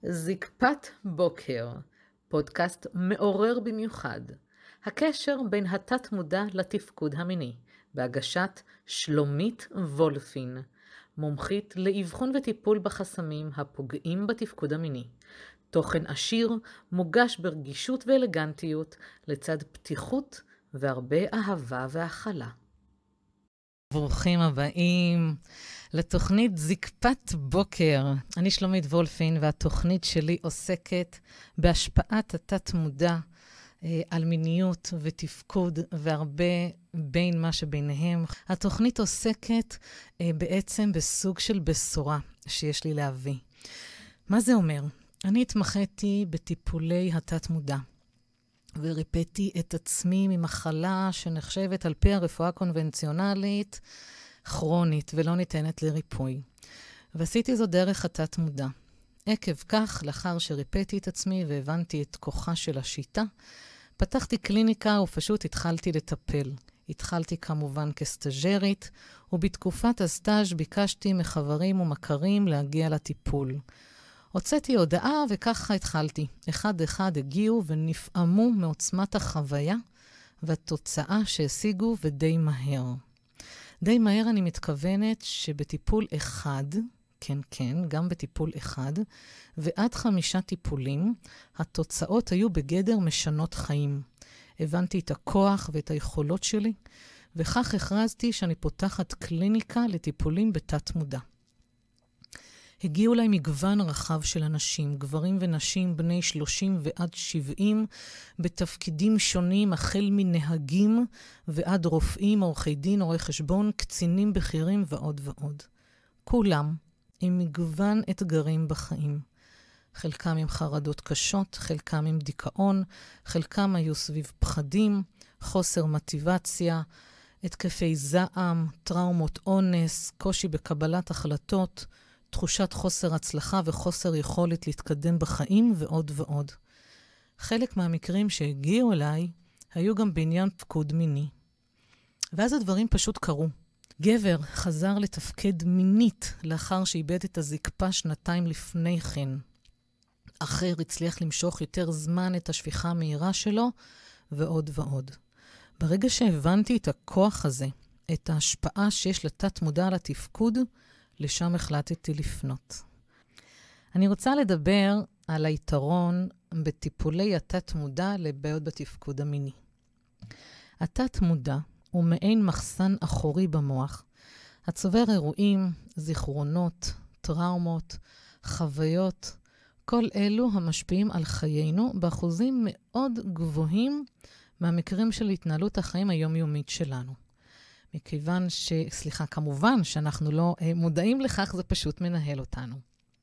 זקפת בוקר, פודקאסט מעורר במיוחד. הקשר בין התת מודע לתפקוד המיני, בהגשת שלומית וולפין, מומחית לאבחון וטיפול בחסמים הפוגעים בתפקוד המיני. תוכן עשיר, מוגש ברגישות ואלגנטיות, לצד פתיחות והרבה אהבה והכלה. ברוכים הבאים לתוכנית זקפת בוקר. אני שלומית וולפין, והתוכנית שלי עוסקת בהשפעת התת מודע על מיניות ותפקוד והרבה בין מה שביניהם. התוכנית עוסקת בעצם בסוג של בשורה שיש לי להביא. מה זה אומר? אני התמחיתי בטיפולי התת מודע. וריפאתי את עצמי ממחלה שנחשבת על פי הרפואה הקונבנציונלית כרונית ולא ניתנת לריפוי. ועשיתי זו דרך התת מודע. עקב כך, לאחר שריפאתי את עצמי והבנתי את כוחה של השיטה, פתחתי קליניקה ופשוט התחלתי לטפל. התחלתי כמובן כסטאז'רית, ובתקופת הסטאז' ביקשתי מחברים ומכרים להגיע לטיפול. הוצאתי הודעה וככה התחלתי. אחד הגיעו ונפעמו מעוצמת החוויה והתוצאה שהשיגו ודי מהר. די מהר אני מתכוונת שבטיפול אחד, כן, גם בטיפול אחד, ועד 5 טיפולים, התוצאות היו בגדר משנות חיים. הבנתי את הכוח ואת היכולות שלי, וכך הכרזתי שאני פותחת קליניקה לטיפולים בתת מודע. הגיעו אליי מגוון רחב של אנשים, גברים ונשים בני 30 ועד 70, בתפקידים שונים, החל מנהגים ועד רופאים, עורכי דין, עורכי חשבון, קצינים בכירים ועוד ועוד. כולם עם מגוון אתגרים בחיים. חלקם עם חרדות קשות, חלקם עם דיכאון, חלקם היו סביב פחדים, חוסר מוטיבציה, התקפי זעם, טראומות אונס, קושי בקבלת החלטות, תחושת חוסר הצלחה וחוסר יכולת להתקדם בחיים ועוד ועוד. חלק מהמקרים שהגיעו אליי היו גם בעניין פקוד מיני. ואז הדברים פשוט קרו. גבר חזר לתפקד מינית לאחר שאיבד את הזקפה 2 לפני כן. אחר הצליח למשוך יותר זמן את השפיכה המהירה שלו ועוד ועוד. ברגע שהבנתי את הכוח הזה, את ההשפעה שיש לתת מודע על התפקוד, לשם החלטתי לפנות. אני רוצה לדבר על היתרון בטיפולי התת מודע לבעיות בתפקוד המיני. התת מודע הוא מעין מחסן אחורי במוח, הצובר אירועים, זיכרונות, טראומות, חוויות, כל אלו המשפיעים על חיינו באחוזים מאוד גבוהים מהמקרים של התנהלות החיים היומיומית שלנו. מכיוון כמובן שאנחנו לא מודעים לכך, זה פשוט מנהל אותנו.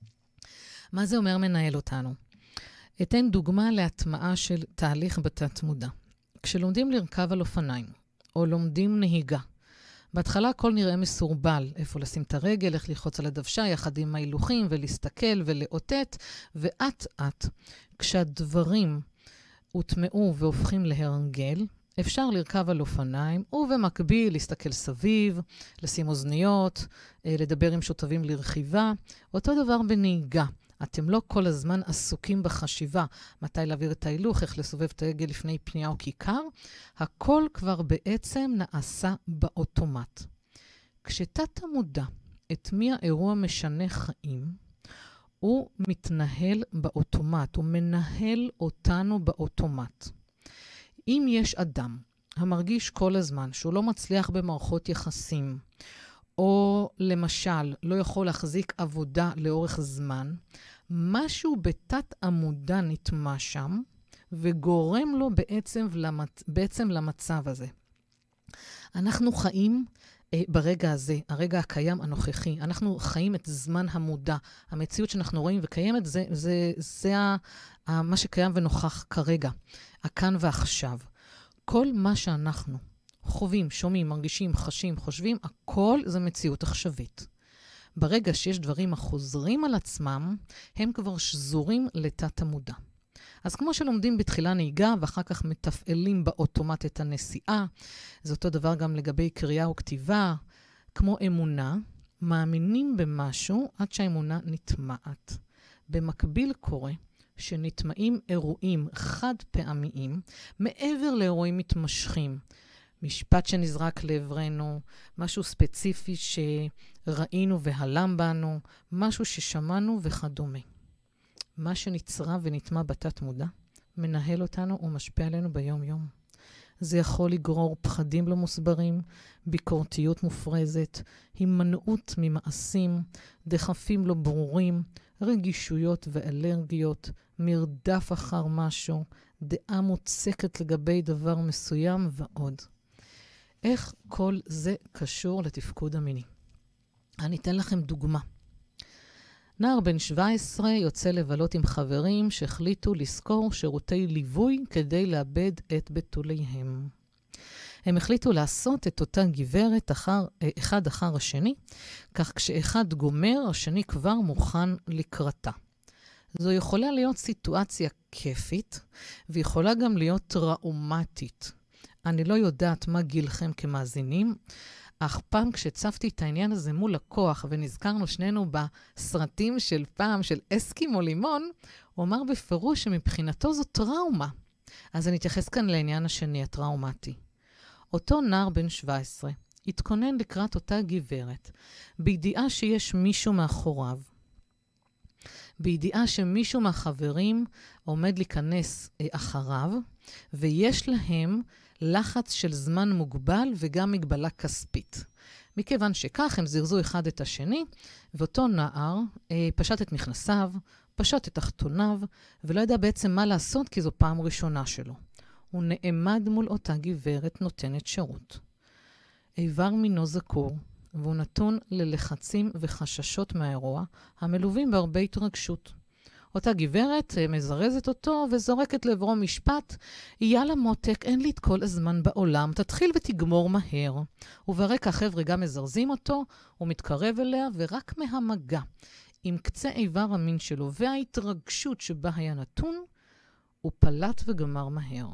מה זה אומר מנהל אותנו? אתן דוגמה להטמעה של תהליך בתת מודע. כשלומדים לרכב על אופניים, או לומדים נהיגה, בהתחלה הכל נראה מסורבל, איפה לשים את הרגל, איך ללחוץ על הדוושה, יחד עם ההילוכים, ולהסתכל ולאותת, ואט-אט, כשהדברים הוטמעו והופכים להרגל, אפשר לרכב על אופניים, ובמקביל להסתכל סביב, לשים אוזניות, לדבר עם שותפים לרכיבה. אותו דבר בנהיגה. אתם לא כל הזמן עסוקים בחשיבה, מתי להעביר את ההילוך, איך לסובב את העגל לפני פנייה או כיכר. הכל כבר בעצם נעשה באוטומט. כשתת המודע הטמיע אירוע משנה חיים, הוא מתנהל באוטומט, הוא מנהל אותנו באוטומט. אם יש אדם המרגיש כל הזמן שהוא לא מצליח במערכות יחסים, או למשל לא יכול להחזיק עבודה לאורך זמן, משהו בתת המודע נטמע שם, וגורם לו בעצם למצב הזה. אנחנו חיים ברגע הזה, הרגע הקיים הנוכחי. אנחנו חיים את זמן המודע. המציאות שאנחנו רואים וקיימת, זה מה שקיים ונוכח כרגע. הכאן ועכשיו. כל מה שאנחנו חווים, שומעים, מרגישים, חשים, חושבים, הכל זה מציאות עכשווית. ברגע שיש דברים החוזרים על עצמם, הם כבר שזורים לתת המודע. אז כמו שלומדים בתחילה נהיגה, ואחר כך מתפעלים באוטומט את הנסיעה, זה אותו דבר גם לגבי קריאה וכתיבה, כמו אמונה, מאמינים במשהו עד שהאמונה נטמעת. במקביל קורה שנטמעים אירועים חד פעמיים מעבר לאירועים מתמשכים. משפט שנזרק לעברנו, משהו ספציפי שראינו והלם בנו, משהו ששמענו וכדומה. מה שנצרב ונטמע בתת מודע, מנהל אותנו ומשפיע עלינו ביום יום. זה יכול לגרור פחדים לא מוסברים, ביקורתיות מופרזת, הימנעות ממעשים, דחפים לא ברורים, רגישויות ואלרגיות, מרדף אחר משהו, דעה מוצקת לגבי דבר מסוים ועוד. איך כל זה קשור לתפקוד המיני? אני אתן לכם דוגמה. נער בן 17 יוצא לבלות עם חברים שהחליטו לשכור שירותי ליווי כדי לאבד את בתוליהם. הם החליטו לעשות את אותה גברת אחד אחר השני, כך כשאחד גומר, השני כבר מוכן לקראתה. זו יכולה להיות סיטואציה כיפית, ויכולה גם להיות טראומטית. אני לא יודעת מה גילכם כמאזינים, אך פעם כשצפתי את העניין הזה מול לקוח, ונזכרנו שנינו בסרטים של פעם של אסקימו לימון, הוא אמר בפירוש שמבחינתו זו טראומה. אז אני אתייחס כאן לעניין השני, הטראומטי. אותו נער בן 17 התכונן לקראת אותה גברת, בידיעה שיש מישהו מאחוריו, בידיעה שמישהו מהחברים עומד להיכנס אחריו, ויש להם לחץ של זמן מוגבל וגם מגבלה כספית. מכיוון שכך הם זרזו אחד את השני, ואותו נער פשט את מכנסיו, פשט את תחתוניו, ולא ידע בעצם מה לעשות כי זו פעם ראשונה שלו. הוא נעמד מול אותה גברת נותנת שירות. איבר מינו זקור, והוא נתון ללחצים וחששות מהאירוע, המלווים בהרבה התרגשות. אותה גברת מזרזת אותו וזורקת לעברו משפט, יאללה מותק, אין לי את כל הזמן בעולם, תתחיל ותגמור מהר. וברקע החבר'ה גם מזרזים אותו, הוא מתקרב אליה, ורק מהמגע, עם קצה איבר המין שלו וההתרגשות שבה היה נתון, הוא פלט וגמר מהר.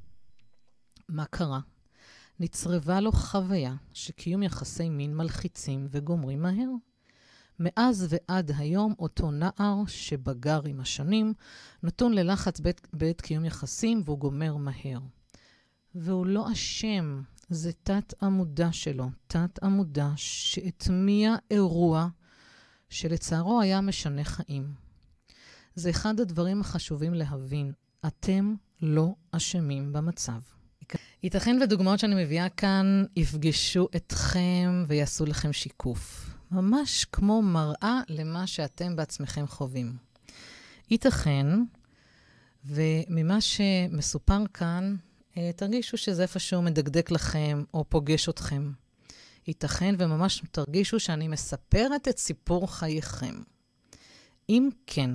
מה קרה? נצרבה לו חוויה שקיום יחסי מין מלחיצים וגומרים מהר. מאז ועד היום אותו נער שבגר עם השנים, נתון ללחץ בעת קיום יחסים והוא גומר מהר. והוא לא אשם, זה תת עמודה שלו, תת עמודה שהטמיע אירוע שלצערו היה משנה חיים. זה אחד הדברים החשובים להבין, אתם לא אשמים במצב. ייתכן ודוגמאות שאני מביאה כאן יפגשו אתכם ויעשו לכם שיקוף. ממש כמו מראה למה שאתם בעצמכם חווים. ייתכן, וממה שמסופר כאן, תרגישו שזה איפשהו מדקדק לכם או פוגש אתכם. ייתכן וממש תרגישו שאני מספרת את סיפור חייכם. אם כן,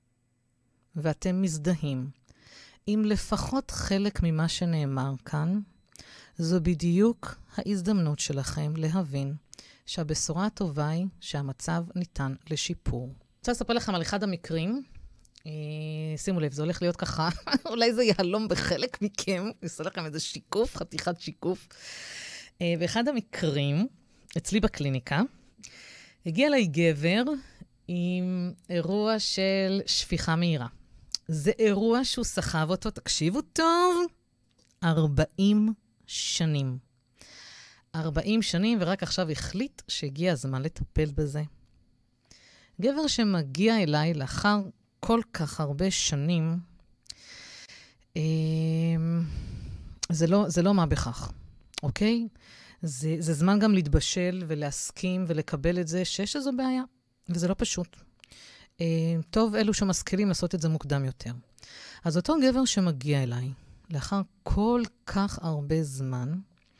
ואתם מזדהים, אם לפחות חלק ממה שנאמר כאן, זו בדיוק ההזדמנות שלכם להבין שהבשורה הטובה היא שהמצב ניתן לשיפור. אני רוצה לספר לכם על אחד המקרים. שימו לב, זה הולך להיות ככה, אולי זה יהלום בחלק מכם, אני אעשה לכם איזה שיקוף, חתיכת שיקוף. באחד המקרים, אצלי בקליניקה, הגיע אליי גבר עם אירוע של שפיכה מהירה. זה אירוע שהוא סחב אותו, תקשיבו טוב, 40 שנים. 40 שנים, ורק עכשיו החליט שהגיע הזמן לטפל בזה. גבר שמגיע אליי לאחר כל כך הרבה שנים, זה לא מה בכך, אוקיי? זה זמן גם להתבשל ולהסכים ולקבל את זה שיש איזו בעיה, וזה לא פשוט. טוב אלו שמשכילים לעשות את זה מוקדם יותר. אז אותו גבר שמגיע אליי, לאחר כל כך הרבה זמן,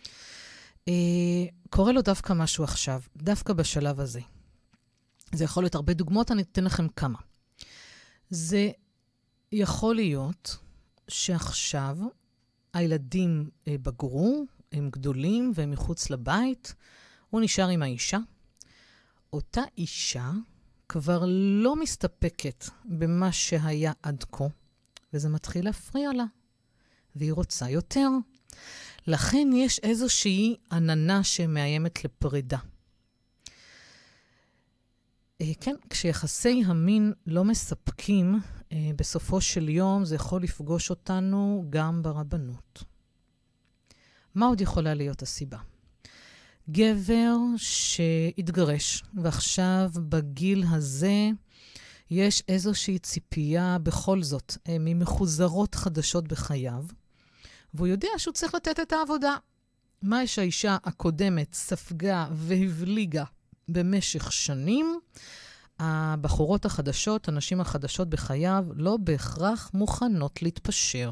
קורה לו דווקא משהו עכשיו, דווקא בשלב הזה. זה יכול להיות הרבה דוגמאות, אני אתן לכם כמה. זה יכול להיות שעכשיו הילדים בגרו, הם גדולים והם מחוץ לבית, הוא נשאר עם האישה. אותה אישה כבר לא מסתפקת במה שהיה עד כה, וזה מתחיל להפריע לה, והיא רוצה יותר. לכן יש איזושהי עננה שמאיימת לפרידה. כן, כשיחסי המין לא מספקים, בסופו של יום זה יכול לפגוש אותנו גם ברבנות. מה עוד יכולה להיות הסיבה? גבר שהתגרש, ועכשיו בגיל הזה יש איזושהי ציפייה בכל זאת ממחוזרות חדשות בחייו, והוא יודע שהוא צריך לתת את העבודה. מה שהאישה הקודמת ספגה והבליגה במשך שנים, הבחורות החדשות, הנשים החדשות בחייו, לא בהכרח מוכנות להתפשר.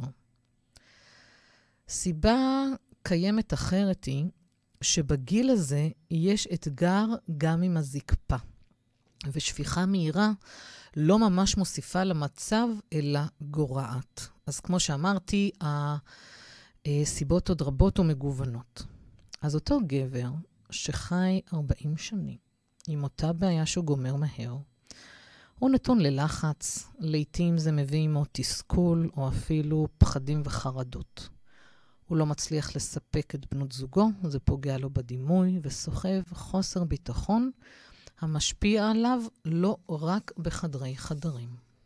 סיבה קיימת אחרת היא שבגיל הזה יש אתגר גם עם הזקפה, ושפיכה מהירה לא ממש מוסיפה למצב, אלא גורעת. אז כמו שאמרתי, הסיבות עוד רבות ומגוונות. אז אותו גבר שחי 40 שנים, עם אותה בעיה שהוא גומר מהר, הוא נתון ללחץ, לעתים זה מביא עמו תסכול או אפילו פחדים וחרדות. הוא לא מצליח לספק את בנות זוגו, זה פוגע לו בדימוי וסוחב חוסר ביטחון, המשפיע עליו לא רק בחדרי חדרים.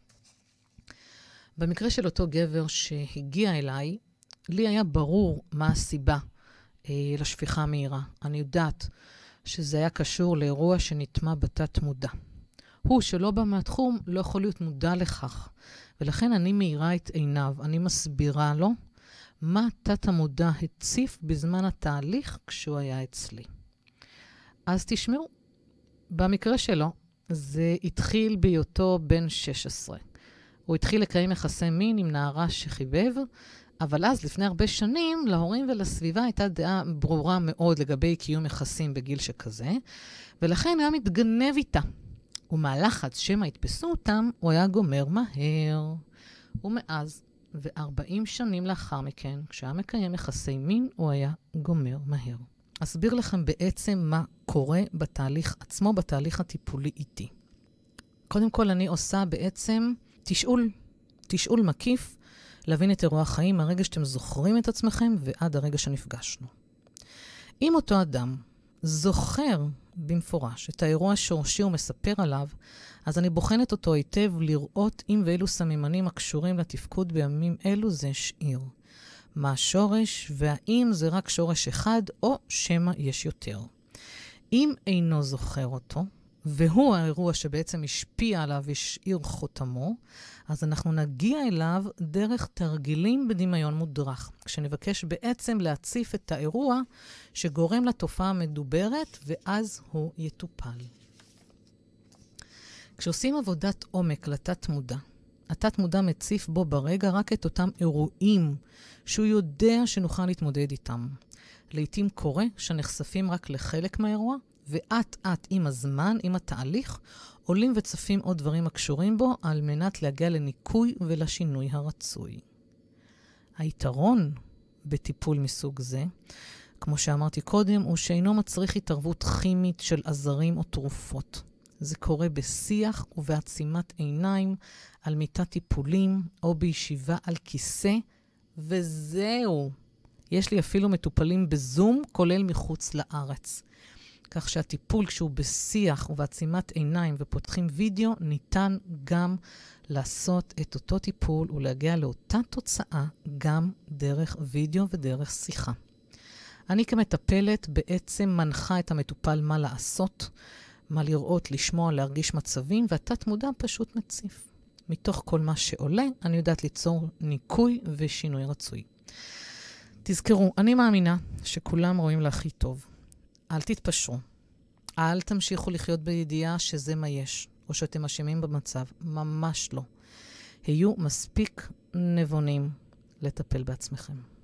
במקרה של אותו גבר שהגיע אליי, לי היה ברור מה הסיבה לשפיכה המהירה. אני יודעת שזה היה קשור לאירוע שנטמע בתת מודע. הוא שלא בא מהתחום לא יכול להיות מודע לכך, ולכן אני מאירה את עיניו, אני מסבירה לו מה תת המודע הציף בזמן התהליך כשהוא היה אצלי. אז תשמעו, במקרה שלו זה התחיל בהיותו בן 16. הוא התחיל לקיים יחסי מין עם נערה שחיבב, אבל אז לפני הרבה שנים להורים ולסביבה הייתה דעה ברורה מאוד לגבי קיום יחסים בגיל שכזה, ולכן היה מתגנב איתה. ומהלחץ שמה התפסו אותם, הוא היה גומר מהר. ומאז, ו40 שנים לאחר מכן, כשהיה מקיים יחסי מין, הוא היה גומר מהר. אסביר לכם בעצם מה קורה בתהליך עצמו, בתהליך הטיפולי איתי. קודם כל אני עושה בעצם תשאול מקיף, להבין את אירוע החיים מהרגע שאתם זוכרים את עצמכם ועד הרגע שנפגשנו. אם אותו אדם זוכר במפורש את האירוע השורשי ומספר עליו, אז אני בוחנת אותו היטב לראות אם ואילו סממנים הקשורים לתפקוד בימים אלו זה השאיר. מה השורש והאם זה רק שורש אחד או שמא יש יותר. אם אינו זוכר אותו, והוא האירוע שבעצם השפיע עליו והשאיר חותמו, אז אנחנו נגיע אליו דרך תרגילים בדמיון מודרך, כשנבקש בעצם להציף את האירוע שגורם לתופעה המדוברת, ואז הוא יטופל. כשעושים עבודת עומק לתת מודע, התת מודע מציף בו ברגע רק את אותם אירועים שהוא יודע שנוכל להתמודד איתם. לעתים קורה שנחשפים רק לחלק מהאירוע, ואט-אט עם הזמן, עם התהליך, עולים וצפים עוד דברים הקשורים בו על מנת להגיע לניקוי ולשינוי הרצוי. היתרון בטיפול מסוג זה, כמו שאמרתי קודם, הוא שאינו מצריך התערבות כימית של עזרים או תרופות. זה קורה בשיח ובעצימת עיניים, על מיטת טיפולים או בישיבה על כיסא, וזהו. יש לי אפילו מטופלים בזום, כולל מחוץ לארץ. כך שהטיפול כשהוא בשיח ובעצימת עיניים ופותחים וידאו, ניתן גם לעשות את אותו טיפול ולהגיע לאותה תוצאה גם דרך וידאו ודרך שיחה. אני כמטפלת בעצם מנחה את המטופל מה לעשות, מה לראות, לשמוע, להרגיש מצבים, והתת מודע פשוט מציף. מתוך כל מה שעולה, אני יודעת ליצור ניקוי ושינוי רצוי. תזכרו, אני מאמינה שכולם רואים להכי טוב. אל תתפשרו. אל תמשיכו לחיות בידיעה שזה מה יש, או שאתם אשמים במצב. ממש לא. היו מספיק נבונים לטפל בעצמכם.